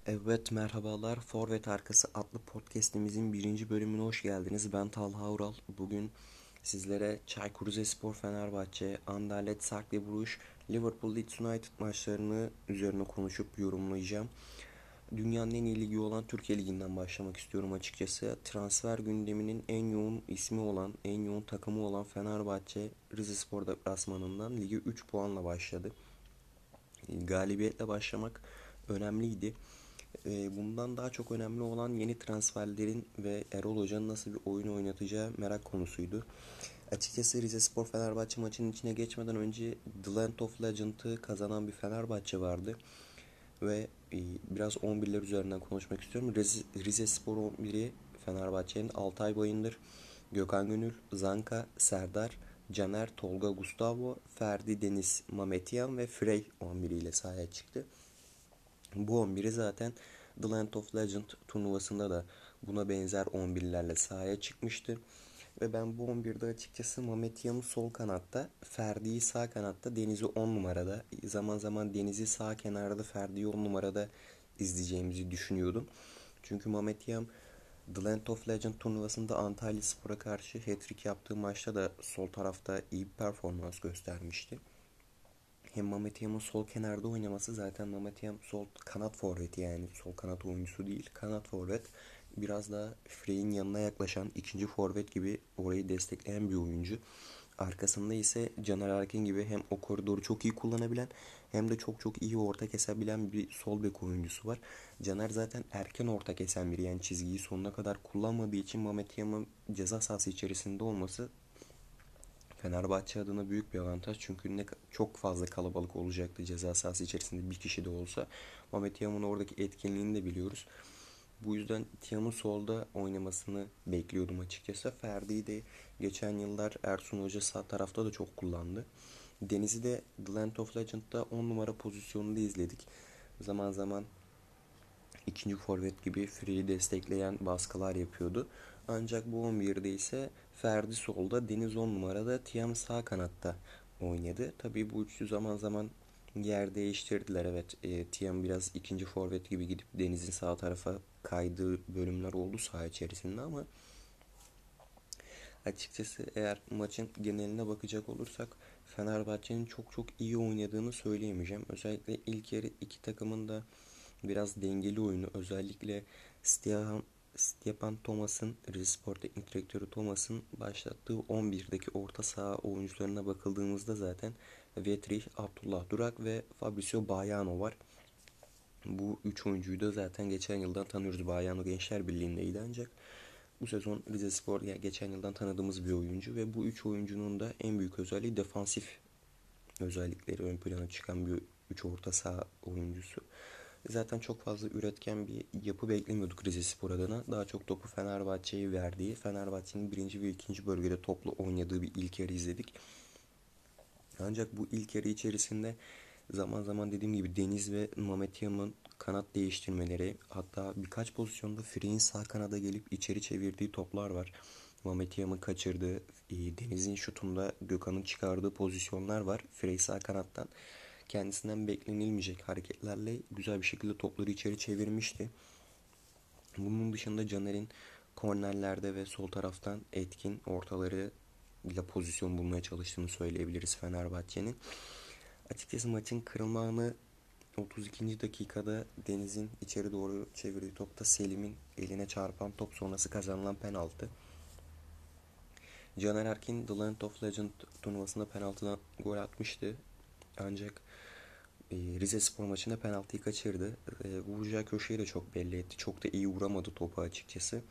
Evet, merhabalar. Forvet Arkası adlı podcast'imizin birinci bölümüne hoş geldiniz. Ben Talha Ural. Bugün sizlere Çaykur Rizespor Fenerbahçe, Anderlecht Sarpsborg, Liverpool Leeds United maçlarını üzerine konuşup yorumlayacağım. Dünyanın en iyi ligi olan Türkiye Ligi'nden başlamak istiyorum açıkçası. Transfer gündeminin en yoğun ismi olan, en yoğun takımı olan Fenerbahçe Rizespor deplasmanından lige 3 puanla başladı. Galibiyetle başlamak önemliydi. Bundan daha çok önemli olan yeni transferlerin ve Erol Hoca'nın nasıl bir oyun oynatacağı merak konusuydu. Açıkçası Rizespor Fenerbahçe maçının içine geçmeden önce The Land of Legend'ı kazanan bir Fenerbahçe vardı. Ve biraz 11'ler üzerinden konuşmak istiyorum. Rizespor 11'i Fenerbahçe'nin Altay Bayındır, Gökhan Gönül, Zanka, Serdar, Caner, Tolga, Gustavo, Ferdi, Deniz, Mametyan ve Frey 11 ile sahaya çıktı. Bu 11'i zaten The Land of Legend turnuvasında da buna benzer 11'lerle sahaya çıkmıştı. Ve ben bu 11'de açıkçası Mehmet Yam'ı sol kanatta, Ferdi'yi sağ kanatta, Deniz'i 10 numarada, zaman zaman Deniz'i sağ kenarda, Ferdi'yi 10 numarada izleyeceğimizi düşünüyordum. Çünkü Mehmet Yam The Land of Legend turnuvasında Antalyaspor'a karşı hat-trick yaptığı maçta da sol tarafta iyi bir performans göstermişti. Hem Mehmet Yam'ın sol kenarda oynaması, zaten Mehmet Yam sol kanat forveti, yani sol kanat oyuncusu değil, kanat forvet. Biraz daha Frey'in yanına yaklaşan ikinci forvet gibi orayı destekleyen bir oyuncu. Arkasında ise Caner Erkin gibi hem o koridoru çok iyi kullanabilen hem de çok çok iyi orta kesebilen bir sol bek oyuncusu var. Caner zaten erken orta kesen biri, yani çizgiyi sonuna kadar kullanmadığı için Mehmet Yam'ın ceza sahası içerisinde olması Fenerbahçe adına büyük bir avantaj. Çünkü çok fazla kalabalık olacaktı ceza sahası içerisinde bir kişi de olsa. Mehmet Tiam'ın oradaki etkinliğini de biliyoruz. Bu yüzden Tiam'ın solda oynamasını bekliyordum açıkçası. Ferdi'yi de geçen yıllar Ersun Hoca sağ tarafta da çok kullandı. Deniz'i de The Land of Legend'da 10 numara pozisyonunda izledik. Zaman zaman ikinci forvet gibi Free'yi destekleyen baskılar yapıyordu. Ancak bu 11'de ise Ferdi solda, Deniz 10 numarada, Tiam sağ kanatta oynadı. Tabii bu üçlü zaman zaman yer değiştirdiler. Evet, Tiam biraz ikinci forvet gibi gidip Deniz'in sağ tarafa kaydığı bölümler oldu saha içerisinde, ama açıkçası eğer maçın geneline bakacak olursak Fenerbahçe'nin çok çok iyi oynadığını söyleyemeyeceğim. Özellikle ilk yarı iki takımın da biraz dengeli oyunu, özellikle Stepan, Stepan Thomas'ın, Rizespor Teknik Direktörü Thomas'ın başlattığı 11'deki orta saha oyuncularına bakıldığımızda zaten Vetrih, Abdullah Durak ve Fabrizio Baiano var. Bu üç oyuncuyu da zaten geçen yıldan tanıyoruz. Baiano Gençler Birliği'ndeydi, ancak bu sezon Rizespor, yani geçen yıldan tanıdığımız bir oyuncu ve bu üç oyuncunun da en büyük özelliği defansif özellikleri ön plana çıkan bir üç orta saha oyuncusu. Zaten çok fazla üretken bir yapı beklemiyorduk Rizespor adına. Daha çok topu Fenerbahçe'ye verdiği, Fenerbahçe'nin birinci ve ikinci bölgede toplu oynadığı bir ilk yarı izledik. Ancak bu ilk yarı içerisinde zaman zaman dediğim gibi Deniz ve Mehmet Yam'ın kanat değiştirmeleri, hatta birkaç pozisyonda Frey'in sağ kanada gelip içeri çevirdiği toplar var. Mehmet Yam'ın kaçırdığı, Deniz'in şutunda Gökhan'ın çıkardığı pozisyonlar var. Frey sağ kanattan kendisinden beklenilmeyecek hareketlerle güzel bir şekilde topları içeri çevirmişti. Bunun dışında Caner'in kornerlerde ve sol taraftan etkin ortaları ile pozisyon bulmaya çalıştığını söyleyebiliriz Fenerbahçe'nin. Açıkçası maçın kırılma anı 32. dakikada Deniz'in içeri doğru çevirdiği topta Selim'in eline çarpan top sonrası kazanılan penaltı. Caner Erkin The Land of Legend turnuvasında penaltıdan gol atmıştı. Ancak Rizespor maçında penaltıyı kaçırdı. Vuracağı köşeyi de çok belli etti. Çok da iyi vuramadı topu açıkçası.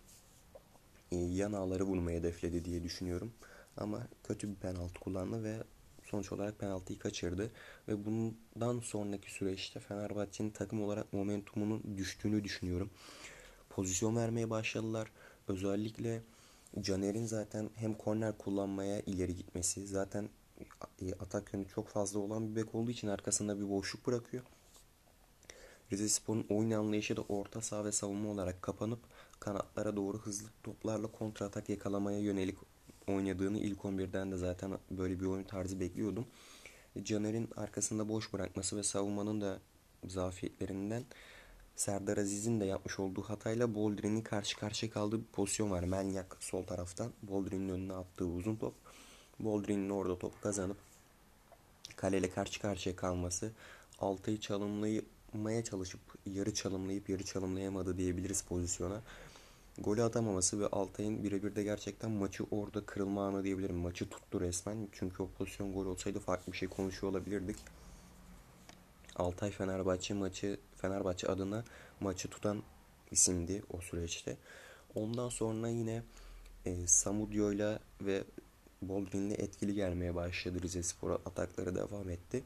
Yan ağları vurmayı hedefledi diye düşünüyorum. Ama kötü bir penaltı kullandı ve sonuç olarak penaltıyı kaçırdı. Ve bundan sonraki süreçte Fenerbahçe'nin takım olarak momentumunun düştüğünü düşünüyorum. Pozisyon vermeye başladılar. Özellikle Caner'in zaten hem korner kullanmaya ileri gitmesi, zaten atak yönü çok fazla olan bir bek olduğu için arkasında bir boşluk bırakıyor. Rizespor'un oyun anlayışı da orta saha ve savunma olarak kapanıp kanatlara doğru hızlı toplarla kontra atak yakalamaya yönelik oynadığını ilk 11'den de zaten böyle bir oyun tarzı bekliyordum. Caner'in arkasında boş bırakması ve savunmanın da zafiyetlerinden Serdar Aziz'in de yapmış olduğu hatayla Boldrin'in karşı karşıya kaldığı bir pozisyon var. Melnyak sol taraftan Boldrin'in önüne attığı uzun top. Boldrin'in orada topu kazanıp kaleyle karşı karşıya kalması, Altay'ı çalımlamaya çalışıp yarı çalımlayıp yarı çalımlayamadı diyebiliriz pozisyona. Golü atamaması ve Altay'ın birebir de gerçekten maçı orada kırılma anı diyebilirim. Maçı tuttu resmen. Çünkü o pozisyon gol olsaydı farklı bir şey konuşuyor olabilirdik. Altay Fenerbahçe adına maçı tutan isimdi o süreçte. Ondan sonra yine Samudio'yla ve Boldrin'le etkili gelmeye başladı. Rizespor atakları devam etti.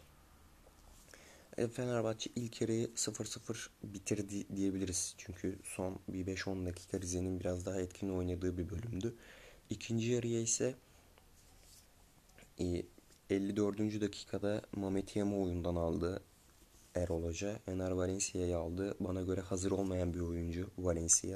Fenerbahçe ilk yarıyı 0-0 bitirdi diyebiliriz. Çünkü son bir 5-10 dakika Rize'nin biraz daha etkin oynadığı bir bölümdü. İkinci yarıya ise 54. dakikada Mehmet Yam'ı oyundan aldı Erol Hoca. Ener Valencia'yı aldı. Bana göre hazır olmayan bir oyuncu Valencia.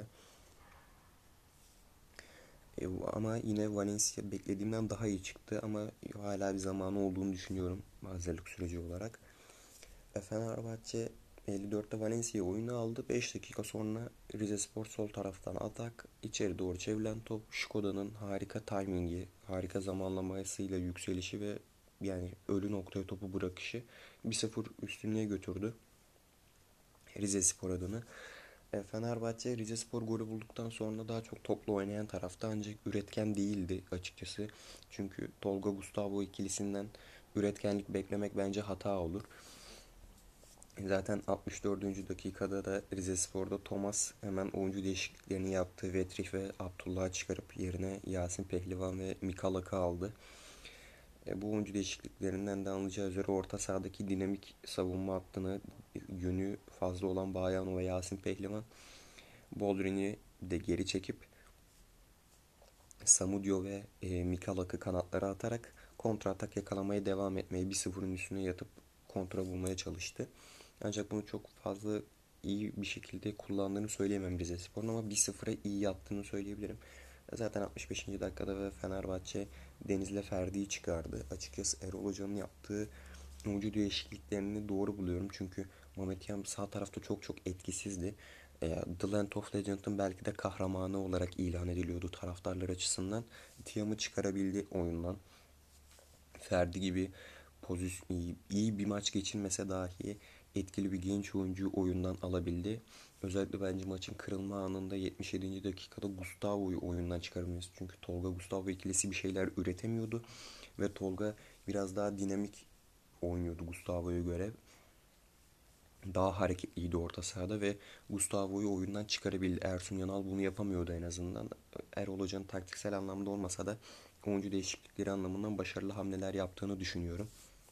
Ama yine Valencia beklediğimden daha iyi çıktı ama hala bir zamanı olduğunu düşünüyorum hazırlık süreci olarak. Fenerbahçe 54'te Valencia'yı oyuna aldı. 5 dakika sonra Rizespor sol taraftan atak. İçeri doğru çevrilen top. Şkoda'nın harika timingi, harika zamanlamasıyla yükselişi ve yani ölü noktaya topu bırakışı 1-0 üstünlüğe götürdü Rizespor adına. Fenerbahçe Rizespor golü bulduktan sonra daha çok toplu oynayan tarafta ancak üretken değildi açıkçası. Çünkü Tolga Gustavo ikilisinden üretkenlik beklemek bence hata olur. Zaten 64. dakikada da Rizespor'da Thomas hemen oyuncu değişikliklerini yaptı. Vetrih ve Abdullah'ı çıkarıp yerine Yasin Pehlivan ve Mikalak'ı aldı. Bu oyuncu değişikliklerinden de anlayacağı üzere orta sahadaki dinamik savunma hattını yönü fazla olan Bayano ve Yasin Pehlivan Boldrin'i de geri çekip Samudio ve Mikalak'ı kanatlara atarak kontra atak yakalamaya devam etmeye 1-0'ın üstüne yatıp kontra bulmaya çalıştı. Ancak bunu çok fazla iyi bir şekilde kullandığını söyleyemem Rizespor'un ama 1-0'a iyi yattığını söyleyebilirim. Zaten 65. dakikada ve Fenerbahçe Deniz'le Ferdi'yi çıkardı. Açıkçası Erol Hoca'nın yaptığı oyuncu değişikliklerini doğru buluyorum. Çünkü Mehmet Yam sağ tarafta çok çok etkisizdi. The Land of Legend'ın belki de kahramanı olarak ilan ediliyordu taraftarlar açısından. Tiam'ı çıkarabildi oyundan. Ferdi gibi iyi bir maç geçirmese dahi etkili bir genç oyuncuyu oyundan alabildi. Özellikle bence maçın kırılma anında 77. dakikada Gustavo'yu oyundan çıkarılması. Çünkü Tolga Gustavo ikilisi bir şeyler üretemiyordu. Ve Tolga biraz daha dinamik oynuyordu Gustavo'ya göre. Daha hareketliydi orta sahada ve Gustavo'yu oyundan çıkarabildi. Ersun Yanal bunu yapamıyordu en azından. Erol Hoca'nın taktiksel anlamda olmasa da oyuncu değişiklikleri anlamından başarılı hamleler yaptığını düşünüyorum.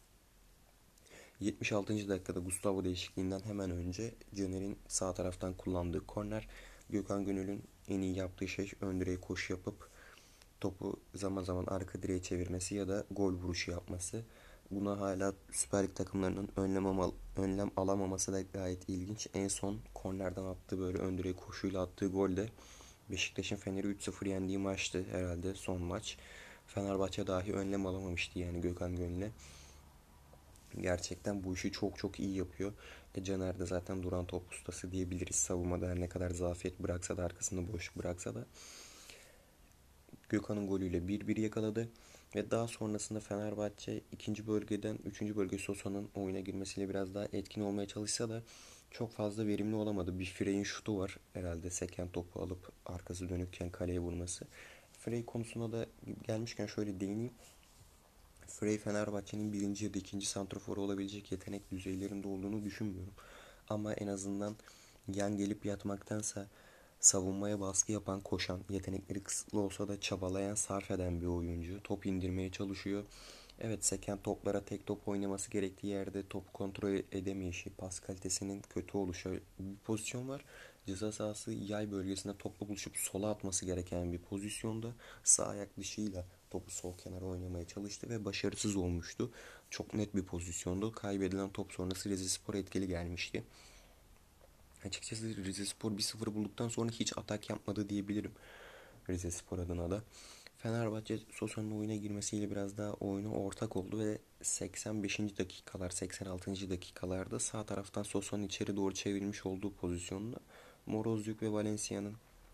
76. dakikada Gustavo değişikliğinden hemen önce Caner'in sağ taraftan kullandığı korner. Gökhan Gönül'ün en iyi yaptığı şey ön direğe koşu yapıp topu zaman zaman arka direğe çevirmesi ya da gol vuruşu yapması. Buna hala Süper Lig takımlarının önlem alamaması da gayet ilginç. En son kornerden attığı böyle ön direğe koşuyla attığı gol de Beşiktaş'ın Fener'i 3-0 yendiği maçtı herhalde son maç. Fenerbahçe dahi önlem alamamıştı yani Gökhan Gönül'e. Gerçekten bu işi çok çok iyi yapıyor. Caner de zaten duran top ustası diyebiliriz. Savunmada her ne kadar zafiyet bıraksa da arkasında boşluk bıraksa da. Gökhan'ın golüyle 1-1 yakaladı. Ve daha sonrasında Fenerbahçe ikinci bölgeden üçüncü bölge Sosa'nın oyuna girmesiyle biraz daha etkin olmaya çalışsa da çok fazla verimli olamadı. Bir Frey'in şutu var herhalde seken topu alıp arkası dönükken kaleye vurması. Frey konusuna da gelmişken şöyle değineyim. Frey Fenerbahçe'nin birinci ya da ikinci santraforu olabilecek yetenek düzeylerinde olduğunu düşünmüyorum. Ama en azından yan gelip yatmaktansa savunmaya baskı yapan, koşan, yetenekleri kısıtlı olsa da çabalayan, sarf eden bir oyuncu. Top indirmeye çalışıyor. Evet, seken toplara tek top oynaması gerektiği yerde topu kontrol edemeyişi, pas kalitesinin kötü oluşu bir pozisyon var. Ceza sahası yay bölgesinde topla buluşup sola atması gereken bir pozisyonda sağ ayak dışıyla topu sol kenara oynamaya çalıştı ve başarısız olmuştu. Çok net bir pozisyondu. Kaybedilen top sonrası Rizespor'a etkili gelmişti. Açıkçası Rizespor 1-0 bulduktan sonra hiç atak yapmadı diyebilirim Rizespor adına da. Fenerbahçe Sosa'nın oyuna girmesiyle biraz daha oyuna ortak oldu ve 85. dakikalar, 86. dakikalarda sağ taraftan Sosa'nın içeri doğru çevirmiş olduğu pozisyonda Morozcuk ve Valencia'nın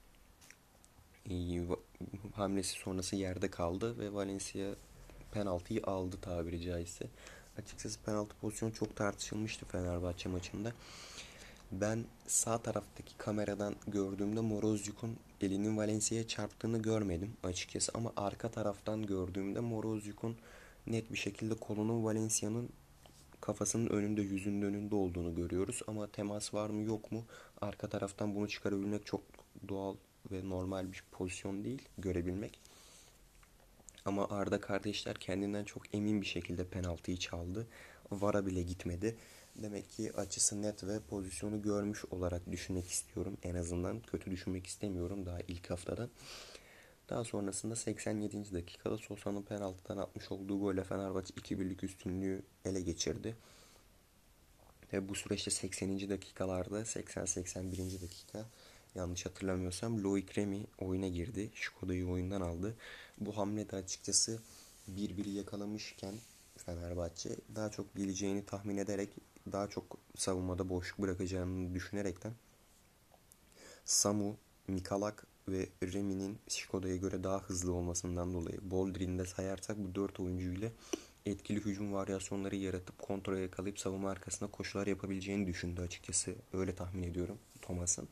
e, hamlesi sonrası yerde kaldı ve Valencia penaltıyı aldı tabiri caizse. Açıkçası penaltı pozisyonu çok tartışılmıştı Fenerbahçe maçında. Ben sağ taraftaki kameradan gördüğümde Morozcuk'un elinin Valencia'ya çarptığını görmedim açıkçası. Ama arka taraftan gördüğümde Morozcuk'un net bir şekilde kolunun Valencia'nın kafasının önünde, yüzünün önünde olduğunu görüyoruz. Ama temas var mı yok mu? Arka taraftan bunu çıkarabilmek çok doğal ve normal bir pozisyon değil görebilmek. Ama Arda kardeşler kendinden çok emin bir şekilde penaltıyı çaldı. VAR'a bile gitmedi. Demek ki açısı net ve pozisyonu görmüş olarak düşünmek istiyorum. En azından kötü düşünmek istemiyorum daha ilk haftadan. Daha sonrasında 87. dakikada Sosa'nın penaltıdan atmış olduğu golle Fenerbahçe 2-1'lik üstünlüğü ele geçirdi. Ve bu süreçte 80. dakikalarda 80-81. dakika yanlış hatırlamıyorsam Loic Remy oyuna girdi. Şkoda'yı oyundan aldı. Bu hamle de açıkçası 1-1'i yakalamışken Fenerbahçe daha çok geleceğini tahmin ederek daha çok savunmada boşluk bırakacağını düşünerekten Samu, Mikalak ve Remy'nin Şkoda'ya göre daha hızlı olmasından dolayı Boldrin'i de sayarsak bu 4 oyuncu ile etkili hücum varyasyonları yaratıp kontra yakalayıp savunma arkasına koşular yapabileceğini düşündü açıkçası. Öyle tahmin ediyorum Thomas'ın.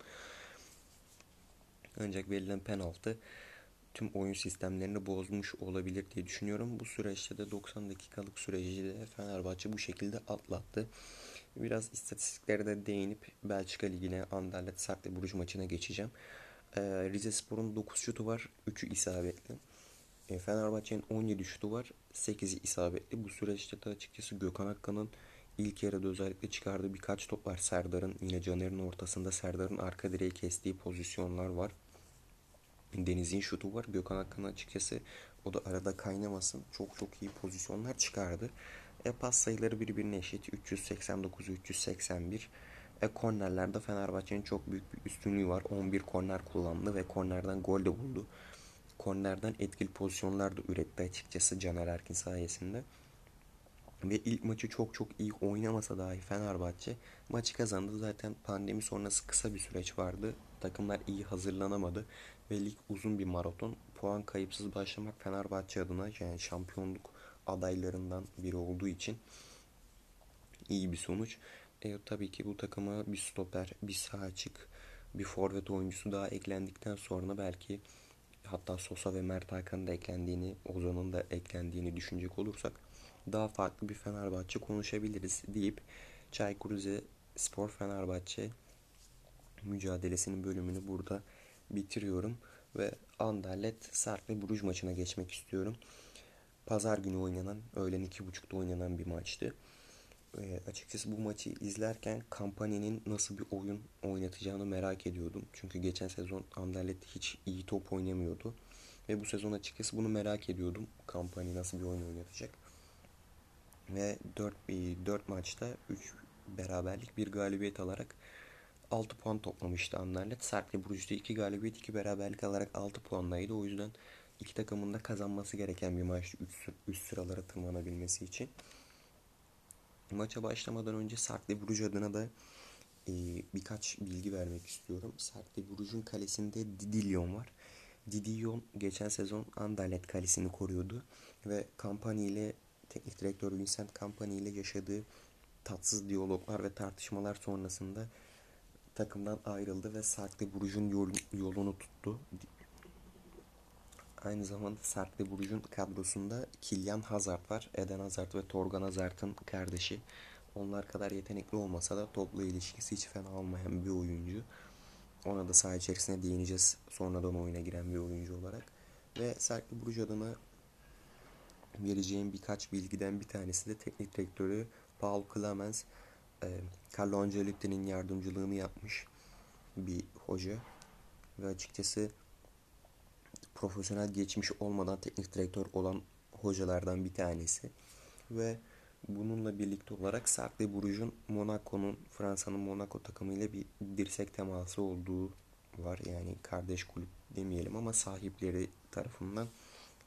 Ancak verilen penaltı tüm oyun sistemlerini bozmuş olabilir diye düşünüyorum. Bu süreçte de 90 dakikalık süreci de Fenerbahçe bu şekilde atlattı. Biraz istatistiklere de değinip Belçika Ligi'ne Anderlecht Cercle maçına geçeceğim. Rizespor'un 9 şutu var, 3'ü isabetli. Fenerbahçe'nin 17 şutu var, 8'i isabetli. Bu süreçte de açıkçası Gökhan Akkan'ın ilk yarıda özellikle çıkardığı birkaç top var. Serdar'ın yine Caner'in ortasında Serdar'ın arka direği kestiği pozisyonlar var. Deniz'in şutu var. Gökhan Akkan açıkçası o da arada kaynamasın. Çok çok iyi pozisyonlar çıkardı. Pas sayıları birbirine eşit. 389-381. Kornerlerde Fenerbahçe'nin çok büyük bir üstünlüğü var. 11 korner kullandı ve kornerden gol de buldu. Kornerden etkili pozisyonlar da üretti açıkçası Caner Erkin sayesinde. Ve ilk maçı çok çok iyi oynamasa dahi Fenerbahçe maçı kazandı. Zaten pandemi sonrası kısa bir süreç vardı. Takımlar iyi hazırlanamadı. Ve lig uzun bir maraton. Puan kayıpsız başlamak Fenerbahçe adına yani şampiyonluk adaylarından biri olduğu için iyi bir sonuç. Tabii ki bu takıma bir stoper, bir sağ açık, bir forvet oyuncusu daha eklendikten sonra belki hatta Sosa ve Mert Hakan'ın da eklendiğini, Ozan'ın da eklendiğini düşünecek olursak daha farklı bir Fenerbahçe konuşabiliriz deyip Çaykur Rizespor Fenerbahçe mücadelesinin bölümünü burada bitiriyorum ve Anderlecht Cercle Bruges maçına geçmek istiyorum. Pazar günü oynanan, öğlen 2.30'da oynanan bir maçtı. Açıkçası bu maçı izlerken Kompany'nin nasıl bir oyun oynatacağını merak ediyordum. Çünkü geçen sezon Anderlecht hiç iyi top oynamıyordu. Ve bu sezon açıkçası bunu merak ediyordum. Kompany nasıl bir oyun oynatacak. Ve 4 maçta 3 beraberlik bir galibiyet alarak 6 puan toplamıştı Anderlecht. Cercle Bruges'te 2 galibiyet 2 beraberlik alarak 6 puandaydı. O yüzden iki takımın da kazanması gereken bir maçtı üst sıralara tırmanabilmesi için. Maça başlamadan önce Cercle Bruges adına da birkaç bilgi vermek istiyorum. Cercle Bruges'un kalesinde Didi Lyon var. Didi Lyon geçen sezon Anderlecht kalesini koruyordu ve Kompany ile teknik direktör Vincent Kompany ile yaşadığı tatsız diyaloglar ve tartışmalar sonrasında takımdan ayrıldı ve Cercle Bruges'un yolunu tuttu. Aynı zamanda Cercle Bruges'un kadrosunda Kylian Hazard var. Eden Hazard ve Torgan Hazard'ın kardeşi. Onlar kadar yetenekli olmasa da topla ilişkisi hiç fena olmayan bir oyuncu. Ona da saha içerisine değineceğiz. Sonradan oyuna giren bir oyuncu olarak. Ve Cercle Bruges adına vereceğim birkaç bilgiden bir tanesi de teknik direktörü Paul Clemens. Carlo Ancelotti'nin yardımcılığını yapmış bir hoca. Ve açıkçası profesyonel geçmiş olmadan teknik direktör olan hocalardan bir tanesi. Ve bununla birlikte olarak Cercle Bruges'un Fransa'nın Monaco takımıyla bir dirsek teması olduğu var. Yani kardeş kulüp demeyelim ama sahipleri tarafından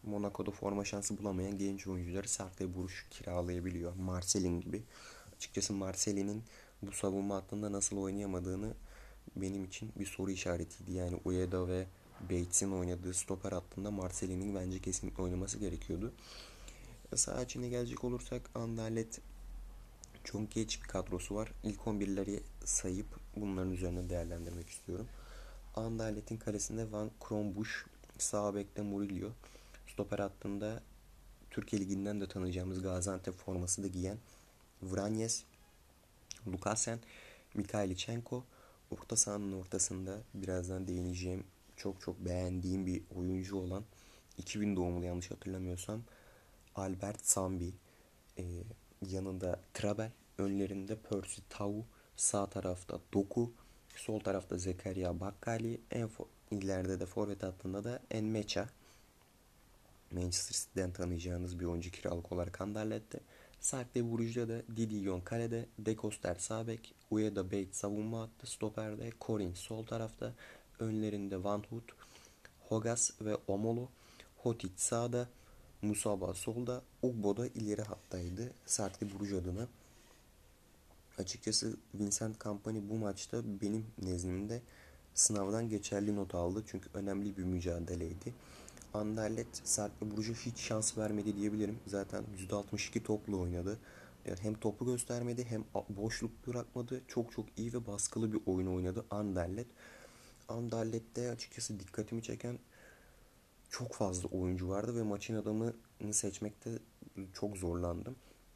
Monaco'da forma şansı bulamayan genç oyuncuları Sartre Bruges kiralayabiliyor. Marcelin gibi. Açıkçası Marcelin'in bu savunma hattında nasıl oynayamadığını benim için bir soru işaretiydi. Yani Ueda ve Bates'in oynadığı stoper hattında Marcelin'in bence kesinlikle oynaması gerekiyordu. Sağ içine gelecek olursak Anderlecht çok genç bir kadrosu var. İlk 11'leri sayıp bunların üzerine değerlendirmek istiyorum. Anderlecht'in kalesinde Van Kronbusch, sağ bekte Murillo, stoper hattında Türkiye Ligi'nden de tanıyacağımız Gaziantep forması da giyen Vranjes, Lukasen, Mikhailichenko. Orta sahanın ortasında birazdan değineceğim çok beğendiğim bir oyuncu olan 2000 doğumlu yanlış hatırlamıyorsam Albert Sambi. Ee, Yanında Trabel, önlerinde Percy Tau, sağ tarafta Doku, sol tarafta Zekaria Bakkali, ileride de forvet hattında da Enmecha. Manchester City'den tanıyacağınız bir oyuncu kiralık olarak Anderlet'te. Cercle Bruges'da da Didion kalede, De Koster sağ bek, Ueda Bate savunma hattı, stoperde Corin sol tarafta, önlerinde Van Hout, Hogas ve Omolo, Hotic sağda, Musaba solda, Ugbo da ileri hattaydı Cercle Bruges adına. Açıkçası Vincent Kompany bu maçta benim nezdimde sınavdan geçerli not aldı. Çünkü önemli bir mücadeleydi. Anderlecht Cercle Bruges'e hiç şans vermedi diyebilirim. Zaten %62 toplu oynadı. Yani hem topu göstermedi hem boşluk bırakmadı. Çok iyi ve baskılı bir oyun oynadı Anderlecht. Anderlecht'te açıkçası dikkatimi çeken çok fazla oyuncu vardı ve maçın adamını seçmekte çok zorlandım.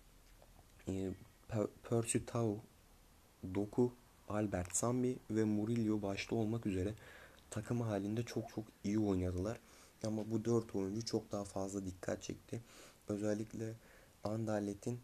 Percy Tau, Doku, Albert Sambi ve Murillo başta olmak üzere takım halinde çok iyi oynadılar. Ama bu 4 oyuncu çok daha fazla dikkat çekti. Özellikle Anderlet'in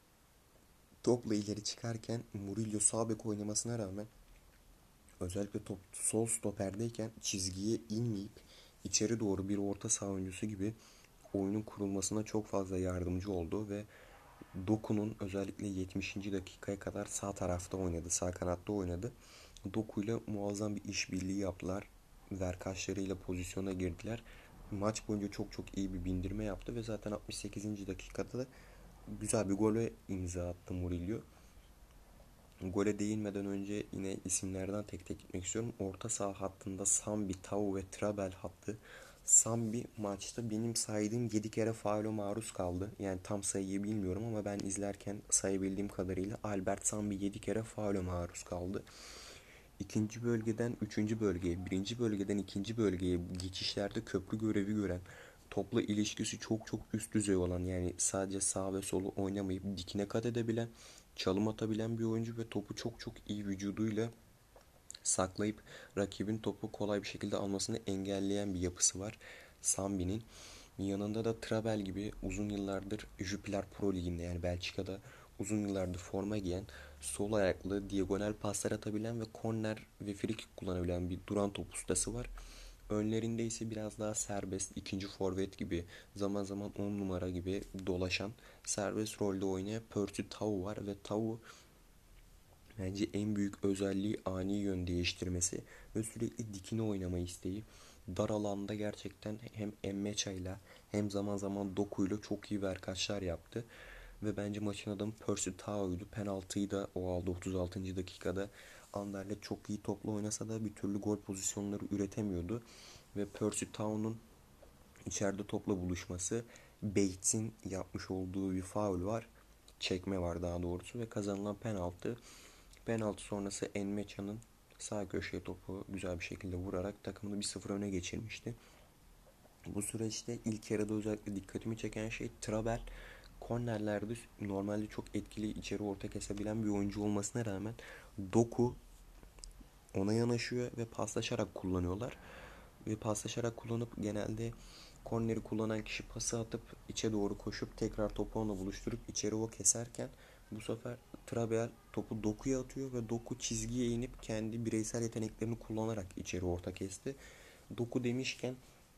topla ileri çıkarken Murillo sağ bek oynamasına rağmen özellikle top sol stoperdeyken çizgiye inmeyip içeri doğru bir orta saha oyuncusu gibi oyunun kurulmasına çok fazla yardımcı oldu ve Doku'nun özellikle 70. dakikaya kadar sağ tarafta oynadı, sağ kanatta oynadı. Doku ile muazzam bir işbirliği yaptılar. Verkaçlarıyla pozisyona girdiler. Maç boyunca çok iyi bir bindirme yaptı ve zaten 68. dakikada da güzel bir gole imza attı Murillo. Gole değinmeden önce yine isimlerden tek gitmek istiyorum. Orta saha hattında Sambi, Tau ve Trabel hattı. Sambi maçta benim saydığım 7 kere faule maruz kaldı. Yani tam sayıyı bilmiyorum ama ben izlerken sayabildiğim kadarıyla Albert Sambi 7 kere faule maruz kaldı. İkinci bölgeden üçüncü bölgeye, birinci bölgeden ikinci bölgeye geçişlerde köprü görevi gören, topla ilişkisi çok üst düzey olan, yani sadece sağ ve solu oynamayıp dikine kat edebilen, çalım atabilen bir oyuncu ve topu çok iyi vücuduyla saklayıp rakibin topu kolay bir şekilde almasını engelleyen bir yapısı var Sambi'nin. Yanında da Trabel gibi uzun yıllardır Jupiler Pro Ligi'nde, yani Belçika'da uzun yıllardır forma giyen, sol ayaklı, diagonal paslar atabilen ve korner ve frikik kullanabilen bir duran top ustası var. Önlerinde ise biraz daha serbest, ikinci forvet gibi, zaman zaman 10 numara gibi dolaşan, serbest rolde oynayan Percy Tau var ve Tau bence en büyük özelliği ani yön değiştirmesi ve sürekli dikine oynama isteği. Dar alanda gerçekten hem Emmeça'yla hem zaman zaman Doku'yla çok iyi verkaçlar yaptı. Ve bence maçın adamı Percy Tau'ydu. Penaltıyı da o aldı 36. dakikada. Anderlecht çok iyi topla oynasa da bir türlü gol pozisyonları üretemiyordu. Ve Percy Tau'nun içeride topla buluşması, Bates'in yapmış olduğu bir faul var. Çekme var daha doğrusu ve kazanılan penaltı. Penaltı sonrası Enmecha'nın sağ köşeye topu güzel bir şekilde vurarak takımını 1-0 öne geçirmişti. Bu süreçte ilk yarıda özellikle dikkatimi çeken şey Trabel kornerlerde normalde çok etkili içeri orta kesebilen bir oyuncu olmasına rağmen Doku ona yanaşıyor ve paslaşarak kullanıyorlar. Ve paslaşarak kullanıp genelde korneri kullanan kişi pası atıp içe doğru koşup tekrar topu ona buluşturup içeri o keserken bu sefer Trabel topu Doku'ya atıyor ve Doku çizgiye inip kendi bireysel yeteneklerini kullanarak içeri orta kesti. Doku demişken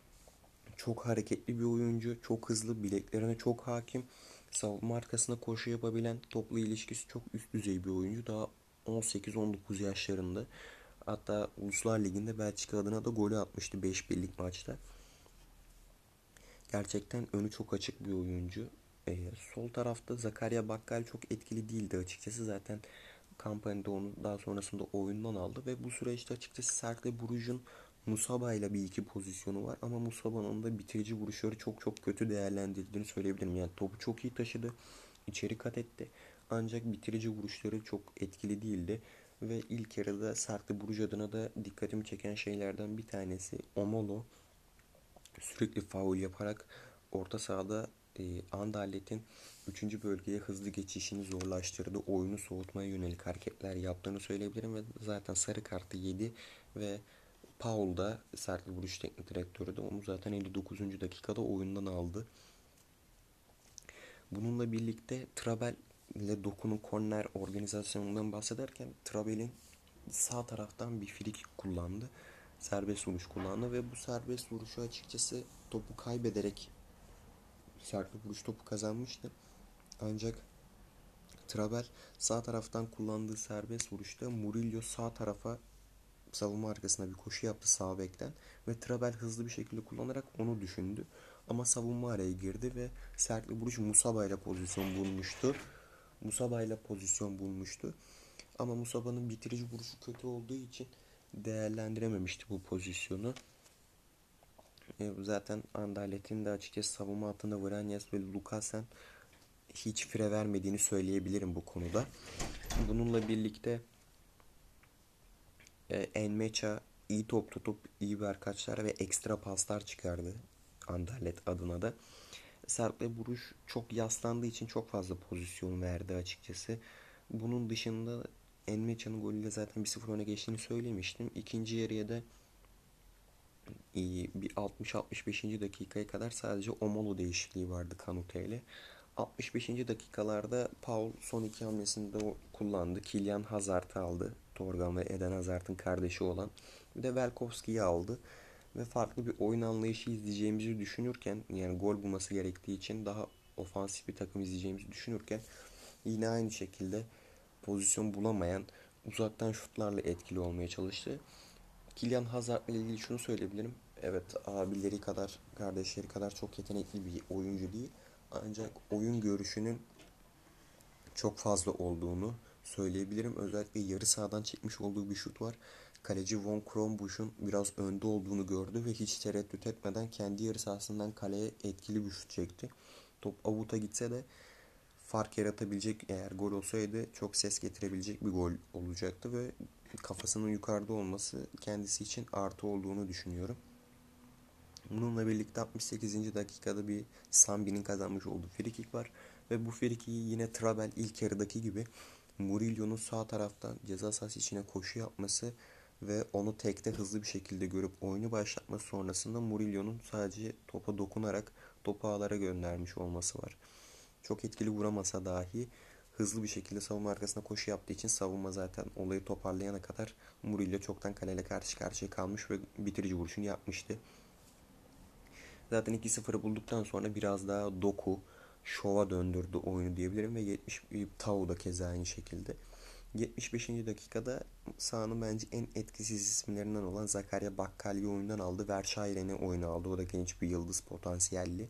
çok hareketli bir oyuncu, çok hızlı, bileklerine çok hakim, savunma arkasında koşu yapabilen, topla ilişkisi çok üst düzey bir oyuncu. Daha 18-19 yaşlarında. Hatta Uluslar Ligi'nde Belçika adına da golü atmıştı 5 birlik maçta. Gerçekten önü çok açık bir oyuncu. Sol tarafta Zakaria Bakkal çok etkili değildi açıkçası. Zaten kampanyada onu daha sonrasında oyundan aldı ve bu süreçte açıkçası Cercle Bruges'un Musaba ile bir iki pozisyonu var ama Musaba'nın da bitirici vuruşları çok çok kötü değerlendirildiğini söyleyebilirim. Yani topu çok iyi taşıdı, içeri kat etti. Ancak bitirici vuruşları çok etkili değildi. Ve ilk yarıda Cercle Bruges adına da dikkatimi çeken şeylerden bir tanesi Omolo sürekli faul yaparak orta sahada Anderlet'in 3. bölgeye hızlı geçişini zorlaştırdı. Oyunu soğutmaya yönelik hareketler yaptığını söyleyebilirim ve zaten sarı kartı yedi ve Paul da sertli vuruş teknik direktörü de onu zaten 59. dakikada oyundan aldı. Bununla birlikte Trabel ile Doku'nun korner organizasyonundan bahsederken Trabel'in sağ taraftan bir frikik kullandı. Serbest vuruş kullandı ve bu serbest vuruşu açıkçası topu kaybederek sertli vuruş topu kazanmıştı. Ancak Trabel sağ taraftan kullandığı serbest vuruşta Murillo sağ tarafa savunma arkasına bir koşu yaptı sağ bekten ve Trabel hızlı bir şekilde kullanarak onu düşündü. Ama savunma araya girdi ve sertli vuruş Musaba ile pozisyon bulmuştu. Musaba ile pozisyon bulmuştu. Ama Musaba'nın bitirici vuruşu kötü olduğu için değerlendirememişti bu pozisyonu. Zaten Anderlet'in de açıkçası savunma hattında Vranjes ve Lukasen hiç fire vermediğini söyleyebilirim bu konuda. Bununla birlikte Enmecha iyi top tutup iyi verkaçlar ve ekstra paslar çıkardı Anderlet adına da. Sertle vuruş çok yaslandığı için çok fazla pozisyon verdi açıkçası. Bunun dışında Enmecha'nın golüyle zaten 1-0 öne geçtiğini söylemiştim. İkinci yarıya da bir 60-65. dakikaya kadar sadece Omolo değişikliği vardı Kanute ile. 65. dakikalarda Paul son iki hamlesinde kullandı. Kylian Hazard'ı aldı. Torgan ve Eden Hazard'ın kardeşi olan. Bir de Velkovski'yi aldı. Ve farklı bir oyun anlayışı izleyeceğimizi düşünürken yani gol bulması gerektiği için daha ofansif bir takım izleyeceğimizi düşünürken yine aynı şekilde pozisyon bulamayan uzaktan şutlarla etkili olmaya çalıştı. Kylian Hazard ile ilgili şunu söyleyebilirim. Evet abileri kadar, kardeşleri kadar çok yetenekli bir oyuncu değil. Ancak oyun görüşünün çok fazla olduğunu söyleyebilirim. Özellikle yarı sahadan çekmiş olduğu bir şut var. Kaleci Von Kronbusch'un biraz önde olduğunu gördü ve hiç tereddüt etmeden kendi yarı sahasından kaleye etkili bir şut çekti. Top avuta gitse de fark yaratabilecek, eğer gol olsaydı çok ses getirebilecek bir gol olacaktı ve kafasının yukarıda olması kendisi için artı olduğunu düşünüyorum. Bununla birlikte 68. dakikada bir Sambi'nin kazanmış olduğu frikik var. Ve bu frikiyi yine Trabel ilk yarıdaki gibi Murillo'nun sağ taraftan ceza sahası içine koşu yapması ve onu tekte hızlı bir şekilde görüp oyunu başlatması sonrasında Murillo'nun sadece topa dokunarak topu ağlara göndermiş olması var. Çok etkili vuramasa dahi hızlı bir şekilde savunma arkasına koşu yaptığı için savunma zaten olayı toparlayana kadar Murillo çoktan kaleyle karşı karşıya kalmış ve bitirici vuruşunu yapmıştı. Zaten 2-0'ı bulduktan sonra biraz daha Doku şova döndürdü oyunu diyebilirim ve 70 Tau da keza aynı şekilde. 75. dakikada sahanın bence en etkisiz isimlerinden olan Zakaria Bakkal'i oyundan aldı. Verschairen'i oyuna aldı. O da genç bir yıldız potansiyelli.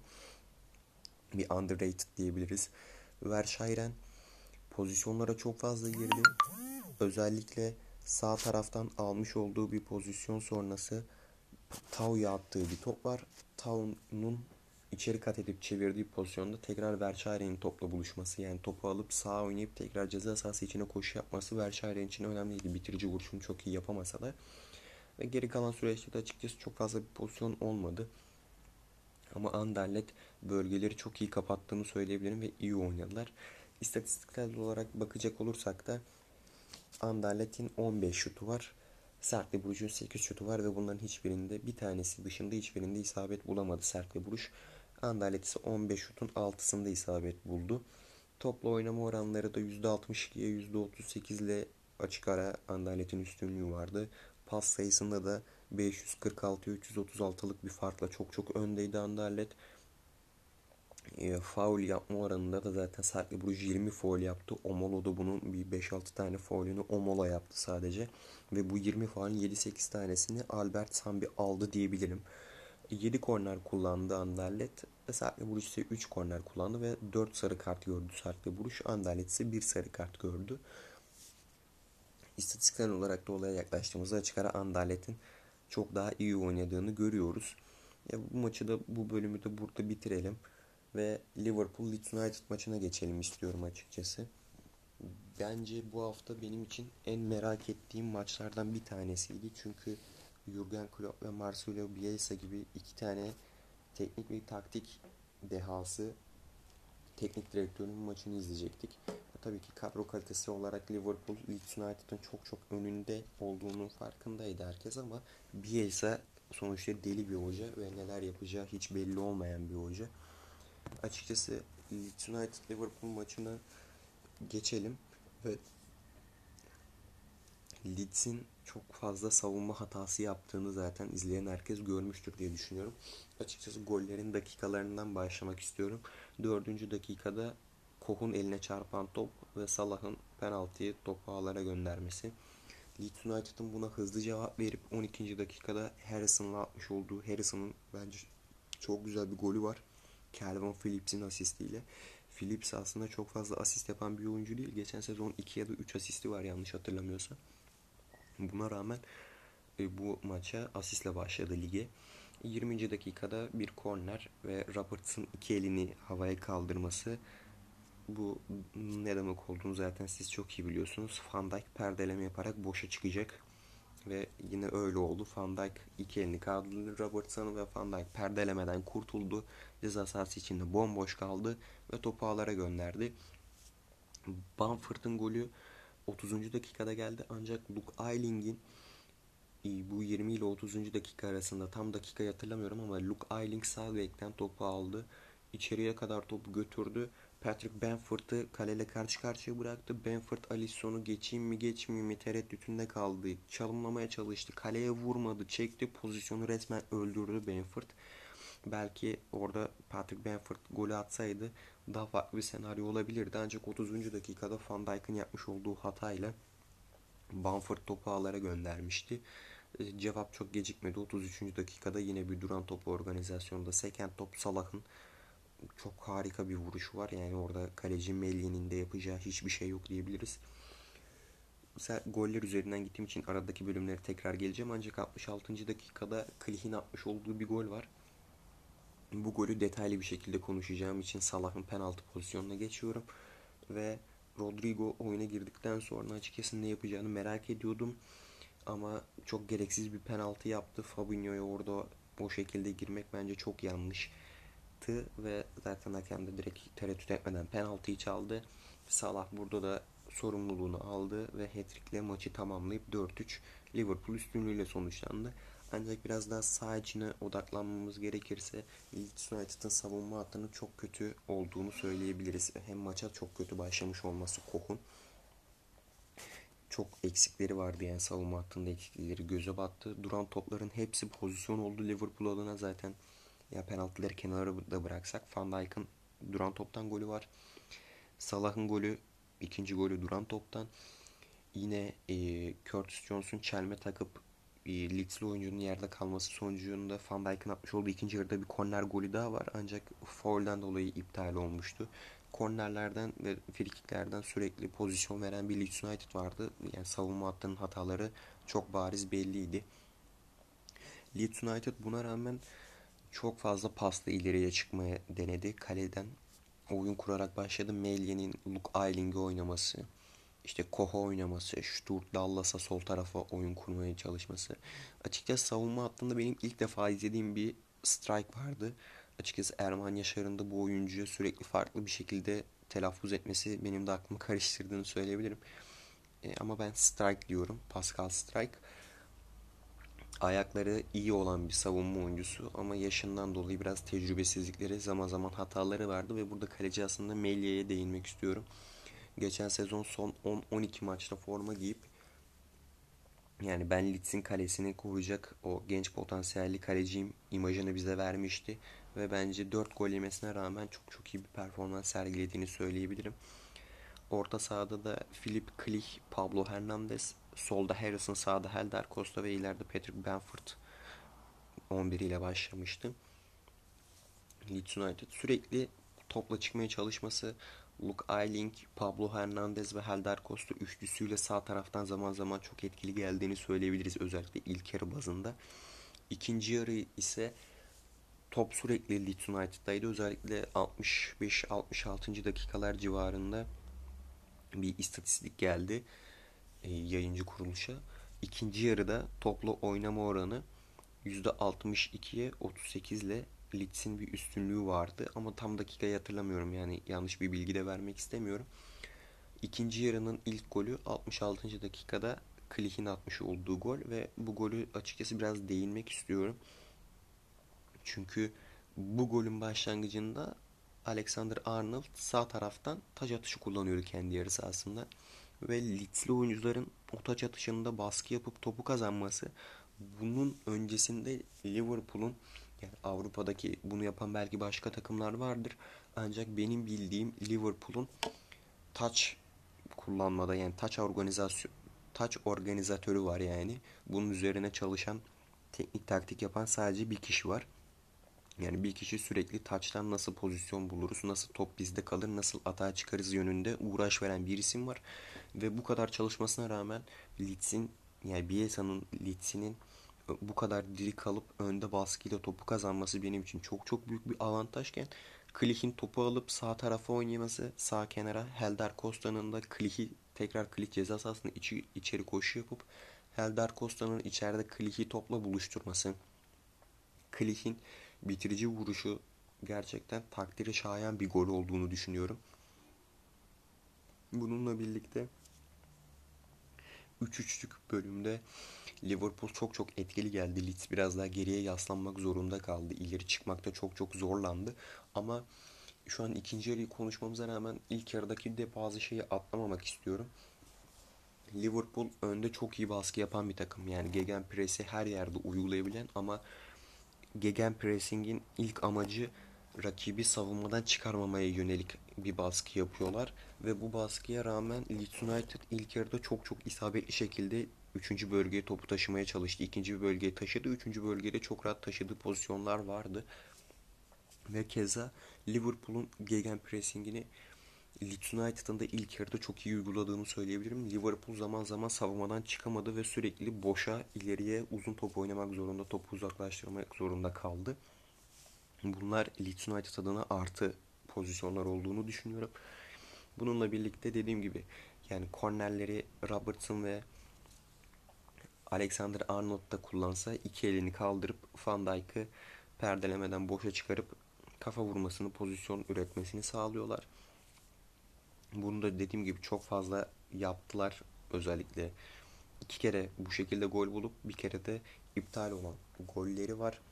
Bir underrated diyebiliriz. Verschairen pozisyonlara çok fazla girdi. Özellikle sağ taraftan almış olduğu bir pozisyon sonrası Tau'ya attığı bir top var. Tau'nun içeri kat edip çevirdiği pozisyonda tekrar Verschairen'in topla buluşması, yani topu alıp sağa oynayıp tekrar ceza sahası içine koşu yapması Verschairen için önemliydi. Bitirici vuruşunu çok iyi yapamasa da ve geri kalan süreçte de açıkçası çok fazla bir pozisyon olmadı. Ama Anderlet bölgeleri çok iyi kapattığını söyleyebilirim ve iyi oynadılar. İstatistiksel olarak bakacak olursak da Anderlet'in 15 şutu var. Sertli Buruş'un 8 şutu var ve bunların hiçbirinde, bir tanesi dışında hiçbirinde isabet bulamadı Sertli Buruş. Anderlet ise 15 şutun 6'sında isabet buldu. Topla oynama oranları da %62'ye %38 ile açık ara Anderlet'in üstünlüğü vardı. Pas sayısında da 546'ya 336'lık bir farkla çok çok öndeydi Anderlet. Faul yapma oranında da zaten Sertli Buruj 20 faul yaptı. Omolo da bunun bir 5-6 tane faulünü Omolo yaptı sadece. Ve bu 20 faulün 7-8 tanesini Albert Sambi aldı diyebilirim. 7 korner kullandı Anderlet. Sarkle Buruş ise 3 korner kullandı ve 4 sarı kart gördü Sarkle Buruş. Anderlet ise 1 sarı kart gördü. İstatistiksel olarak da olaya yaklaştığımızda açık ara Anderlet'in çok daha iyi oynadığını görüyoruz. Bu maçı da, bu bölümü de burada bitirelim ve Liverpool Leeds United maçına geçelim istiyorum açıkçası. Bence bu hafta benim için en merak ettiğim maçlardan bir tanesiydi. Çünkü Jurgen Klopp ve Marcelo Bielsa gibi iki tane teknik ve taktik dehası, teknik direktörün maçını izleyecektik. Tabii ki kadro kalitesi olarak Liverpool, Leeds United'ın çok çok önünde olduğunun farkındaydı herkes ama Bielsa sonuçta deli bir hoca ve neler yapacağı hiç belli olmayan bir hoca. Açıkçası Leeds United Liverpool maçına geçelim ve Leeds'in çok fazla savunma hatası yaptığını zaten izleyen herkes görmüştür diye düşünüyorum. Açıkçası gollerin dakikalarından başlamak istiyorum. 4. dakikada Koh'un eline çarpan top ve Salah'ın penaltıyı topu ağlara göndermesi. Leeds United'ın buna hızlı cevap verip 12. dakikada Harrison'la atmış olduğu, Harrison'ın bence çok güzel bir golü var. Calvin Phillips'in asistiyle. Phillips aslında çok fazla asist yapan bir oyuncu değil. Geçen sezon 2 ya da 3 asisti var yanlış hatırlamıyorsam. Buna rağmen bu maça asistle başladı lige. 20. dakikada bir korner ve Roberts'ın iki elini havaya kaldırması. Bu ne demek olduğunu zaten siz çok iyi biliyorsunuz. Van Dijk perdeleme yaparak boşa çıkacak. Ve yine öyle oldu. Van Dijk iki elini kaldırdı Robertson ve Van Dijk perdelemeden kurtuldu. Ceza sahası içinde bomboş kaldı ve topu ağlara gönderdi. Bamford'un golü 30. dakikada geldi ancak Luke Ayling'in bu 20 ile 30. dakika arasında tam dakikayı hatırlamıyorum ama Luke Ayling sağ bekten topu aldı. İçeriye kadar topu götürdü. Patrick Bamford'u kaleyle karşı karşıya bıraktı. Bamford Alisson'u geçeyim mi geçmeyeyim mi tereddütünde kaldı. Çalımlamaya çalıştı. Kaleye vurmadı. Çekti. Pozisyonu resmen öldürdü Bamford. Belki orada Patrick Bamford golü atsaydı daha farklı bir senaryo olabilirdi. Ancak 30. dakikada Van Dijk'ın yapmış olduğu hatayla Bamford topu ağlara göndermişti. Cevap çok gecikmedi. 33. dakikada yine bir duran top organizasyonunda seken top Salah'ın çok harika bir vuruşu var. Yani orada kaleci Melien'in de yapacağı hiçbir şey yok diyebiliriz. Mesela goller üzerinden gittiğim için aradaki bölümleri tekrar geleceğim. Ancak 66. dakikada Klih'in atmış olduğu bir gol var. Bu golü detaylı bir şekilde konuşacağım için Salah'ın penaltı pozisyonuna geçiyorum. Ve Rodrigo oyuna girdikten sonra açıkçası ne yapacağını merak ediyordum. Ama çok gereksiz bir penaltı yaptı. Fabinho'ya orada o şekilde girmek bence çok yanlıştı. Ve zaten hakem de direkt tereddüt etmeden penaltıyı çaldı. Salah burada da sorumluluğunu aldı ve hat-trick'le maçı tamamlayıp 4-3 Liverpool üstünlüğüyle sonuçlandı. Ancak biraz daha saha içine odaklanmamız gerekirse Leeds United'ın savunma hattının çok kötü olduğunu söyleyebiliriz. Hem maça çok kötü başlamış olması Koch'un çok eksikleri vardı yani savunma hattında eksikleri göze battı. Duran topların hepsi pozisyon oldu Liverpool adına zaten. Ya penaltıları kenara da bıraksak Van Dijk'ın duran toptan golü var. Salah'ın golü, ikinci golü duran toptan. Yine Curtis Jones'un çelme takıp Leeds'li oyuncunun yerde kalması sonucunda Van Dijk'ın atmış olduğu ikinci yarıda bir korner golü daha var. Ancak foul'den dolayı iptal olmuştu. Kornerlerden ve frikiklerden sürekli pozisyon veren bir Leeds United vardı. Yani savunma hattının hataları çok bariz belliydi. Leeds United buna rağmen çok fazla pasla ileriye çıkmaya denedi. Kaleden oyun kurarak başladı. Melien'in Luke Ayling'i oynaması, işte Koho oynaması, Stuart Dallas'a sol tarafa oyun kurmaya çalışması. Açıkçası savunma hattında benim ilk defa izlediğim bir strike vardı. Açıkçası Erman Yaşar'ın da bu oyuncuya sürekli farklı bir şekilde telaffuz etmesi benim de aklımı karıştırdığını söyleyebilirim. Ama ben strike diyorum. Pascal Strike. Ayakları iyi olan bir savunma oyuncusu ama yaşından dolayı biraz tecrübesizlikleri, zaman zaman hataları vardı ve burada kaleci aslında Melia'ya değinmek istiyorum. Geçen sezon son 10-12 maçta forma giyip yani ben Leeds'in kalesini koruyacak o genç potansiyelli kaleciyim imajını bize vermişti. Ve bence 4 gol yemesine rağmen çok çok iyi bir performans sergilediğini söyleyebilirim. Orta sahada da Philip Klich, Pablo Hernandez, solda Harrison, sağda Helder Costa ve ileride Patrick Bamford 11 ile başlamıştı. Leeds United sürekli topla çıkmaya çalışması, Luke Ayling, Pablo Hernandez ve Helder Costa üçlüsüyle sağ taraftan zaman zaman çok etkili geldiğini söyleyebiliriz, özellikle ilk yarı bazında. İkinci yarı ise top sürekli Leeds United'daydı. Özellikle 65-66. dakikalar civarında bir istatistik geldi yayıncı kuruluşa. İkinci yarıda topla oynama oranı %62'ye 38 ile Leeds'in bir üstünlüğü vardı. Ama tam dakikayı hatırlamıyorum, yani yanlış bir bilgi de vermek istemiyorum. İkinci yarının ilk golü 66. dakikada Klij'in atmış olduğu gol ve bu golü açıkçası biraz değinmek istiyorum. Çünkü bu golün başlangıcında Alexander-Arnold sağ taraftan taç atışı kullanıyordu kendi yarı sahasında. Ve Leeds'li oyuncuların o taç atışında baskı yapıp topu kazanması, bunun öncesinde Liverpool'un, yani Avrupa'daki bunu yapan belki başka takımlar vardır, ancak benim bildiğim Liverpool'un taç kullanmada, yani taç organizatörü var yani. Bunun üzerine çalışan, teknik taktik yapan sadece bir kişi var. Yani bir kişi sürekli taçtan nasıl pozisyon buluruz, nasıl top bizde kalır, nasıl atağa çıkarız yönünde uğraş veren bir isim var. Ve bu kadar çalışmasına rağmen Leeds'in, yani Bielsa'nın Leeds'inin bu kadar diri kalıp önde baskıyla topu kazanması benim için çok çok büyük bir avantajken, Klij'in topu alıp sağ tarafa oynaması, sağ kenara Helder Costa'nın da Klich ceza sahasında içeri koşu yapıp Helder Costa'nın içeride Klij'i topla buluşturması, Klij'in bitirici vuruşu, gerçekten takdire şayan bir gol olduğunu düşünüyorum. Bununla birlikte 3-3'lük bölümde Liverpool çok çok etkili geldi. Leeds biraz daha geriye yaslanmak zorunda kaldı. İleri çıkmakta çok çok zorlandı. Ama şu an ikinci yarıyı konuşmamıza rağmen ilk yarıdaki de bazı şeyi atlamamak istiyorum. Liverpool önde çok iyi baskı yapan bir takım. Yani gegenpress'i her yerde uygulayabilen, ama gegenpressing'in ilk amacı rakibi savunmadan çıkarmamaya yönelik bir baskı yapıyorlar. Ve bu baskıya rağmen Leeds United ilk yarıda çok çok isabetli şekilde üçüncü bölgeye topu taşımaya çalıştı. İkinci bir bölgeye taşıdı. Üçüncü bölgede çok rahat taşıdığı pozisyonlar vardı. Ve keza Liverpool'un gegenpressingini Leeds United'ın da ilk yarıda çok iyi uyguladığını söyleyebilirim. Liverpool zaman zaman savunmadan çıkamadı ve sürekli boşa, ileriye uzun top oynamak zorunda, topu uzaklaştırmak zorunda kaldı. Bunlar Leeds United adına artı pozisyonlar olduğunu düşünüyorum. Bununla birlikte dediğim gibi, yani kornerleri Robertson ve Alexander-Arnold da kullansa, iki elini kaldırıp Van Dijk'ı perdelemeden boşa çıkarıp kafa vurmasını, pozisyon üretmesini sağlıyorlar. Bunu da dediğim gibi çok fazla yaptılar. Özellikle iki kere bu şekilde gol bulup bir kere de iptal olan golleri var.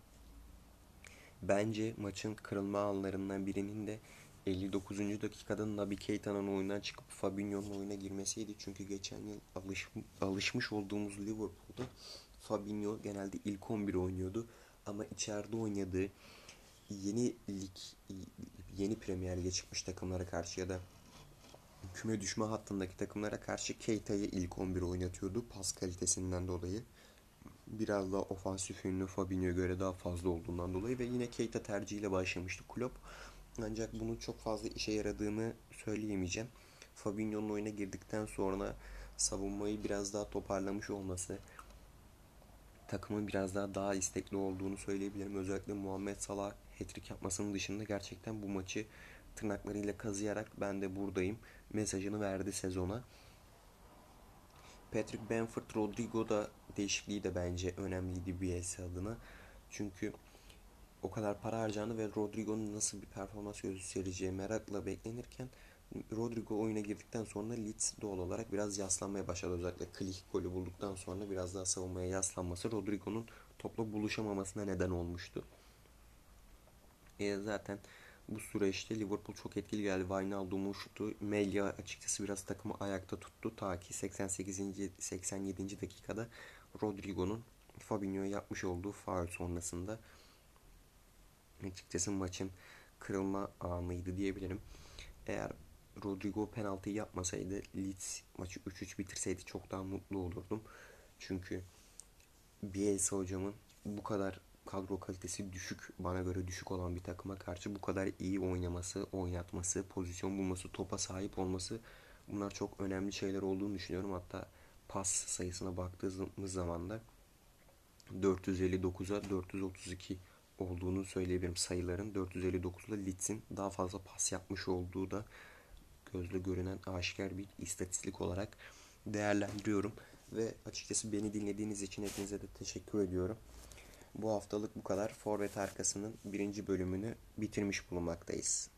Bence maçın kırılma anlarından birinin de 59. dakikada Naby Keita'nın oyundan çıkıp Fabinho'nun oyuna girmesiydi. Çünkü geçen yıl alışmış olduğumuz Liverpool'da Fabinho genelde ilk 11 oynuyordu. Ama içeride oynadığı yeni lig, yeni Premier Lig'e çıkmış takımlara karşı ya da küme düşme hattındaki takımlara karşı Keita'yı ilk 11 oynatıyordu pas kalitesinden dolayı. Biraz daha ofansif yönlü Fabinho'ya göre daha fazla olduğundan dolayı ve yine Keita tercihiyle başlamıştı Klopp. Ancak bunun çok fazla işe yaradığını söyleyemeyeceğim. Fabinho'nun oyuna girdikten sonra savunmayı biraz daha toparlamış olması, takımın biraz daha istekli olduğunu söyleyebilirim. Özellikle Muhammed Salah hat-trick yapmasının dışında gerçekten bu maçı tırnaklarıyla kazıyarak ben de buradayım mesajını verdi sezona. Patrick Bamford Rodrigo da değişikliği de bence önemliydi BS adına. Çünkü o kadar para harcandı ve Rodrigo'nun nasıl bir performans göstereceği merakla beklenirken, Rodrigo oyuna girdikten sonra Leeds doğal olarak biraz yaslanmaya başladı. Özellikle Klich golü bulduktan sonra biraz daha savunmaya yaslanması Rodrigo'nun topla buluşamamasına neden olmuştu. Zaten bu süreçte Liverpool çok etkili geldi. Wijnaldum'un şutu Melia açıkçası biraz takımı ayakta tuttu. Ta ki 88. 87. dakikada Rodrigo'nun Fabinho'ya yapmış olduğu faul sonrasında açıkçası maçın kırılma anıydı diyebilirim. Eğer Rodrigo penaltıyı yapmasaydı, Leeds maçı 3-3 bitirseydi çok daha mutlu olurdum. Çünkü Bielsa hocamın bu kadar kadro kalitesi düşük, bana göre düşük olan bir takıma karşı bu kadar iyi oynaması, oynatması, pozisyon bulması, topa sahip olması, bunlar çok önemli şeyler olduğunu düşünüyorum. Hatta pas sayısına baktığımız zaman da 459'a 432 olduğunu söyleyebilirim sayıların. 459'da Leeds'in daha fazla pas yapmış olduğu da gözle görünen aşikar bir istatistik olarak değerlendiriyorum. Ve açıkçası beni dinlediğiniz için hepinize de teşekkür ediyorum. Bu haftalık bu kadar. Forvet arkasının birinci bölümünü bitirmiş bulunmaktayız.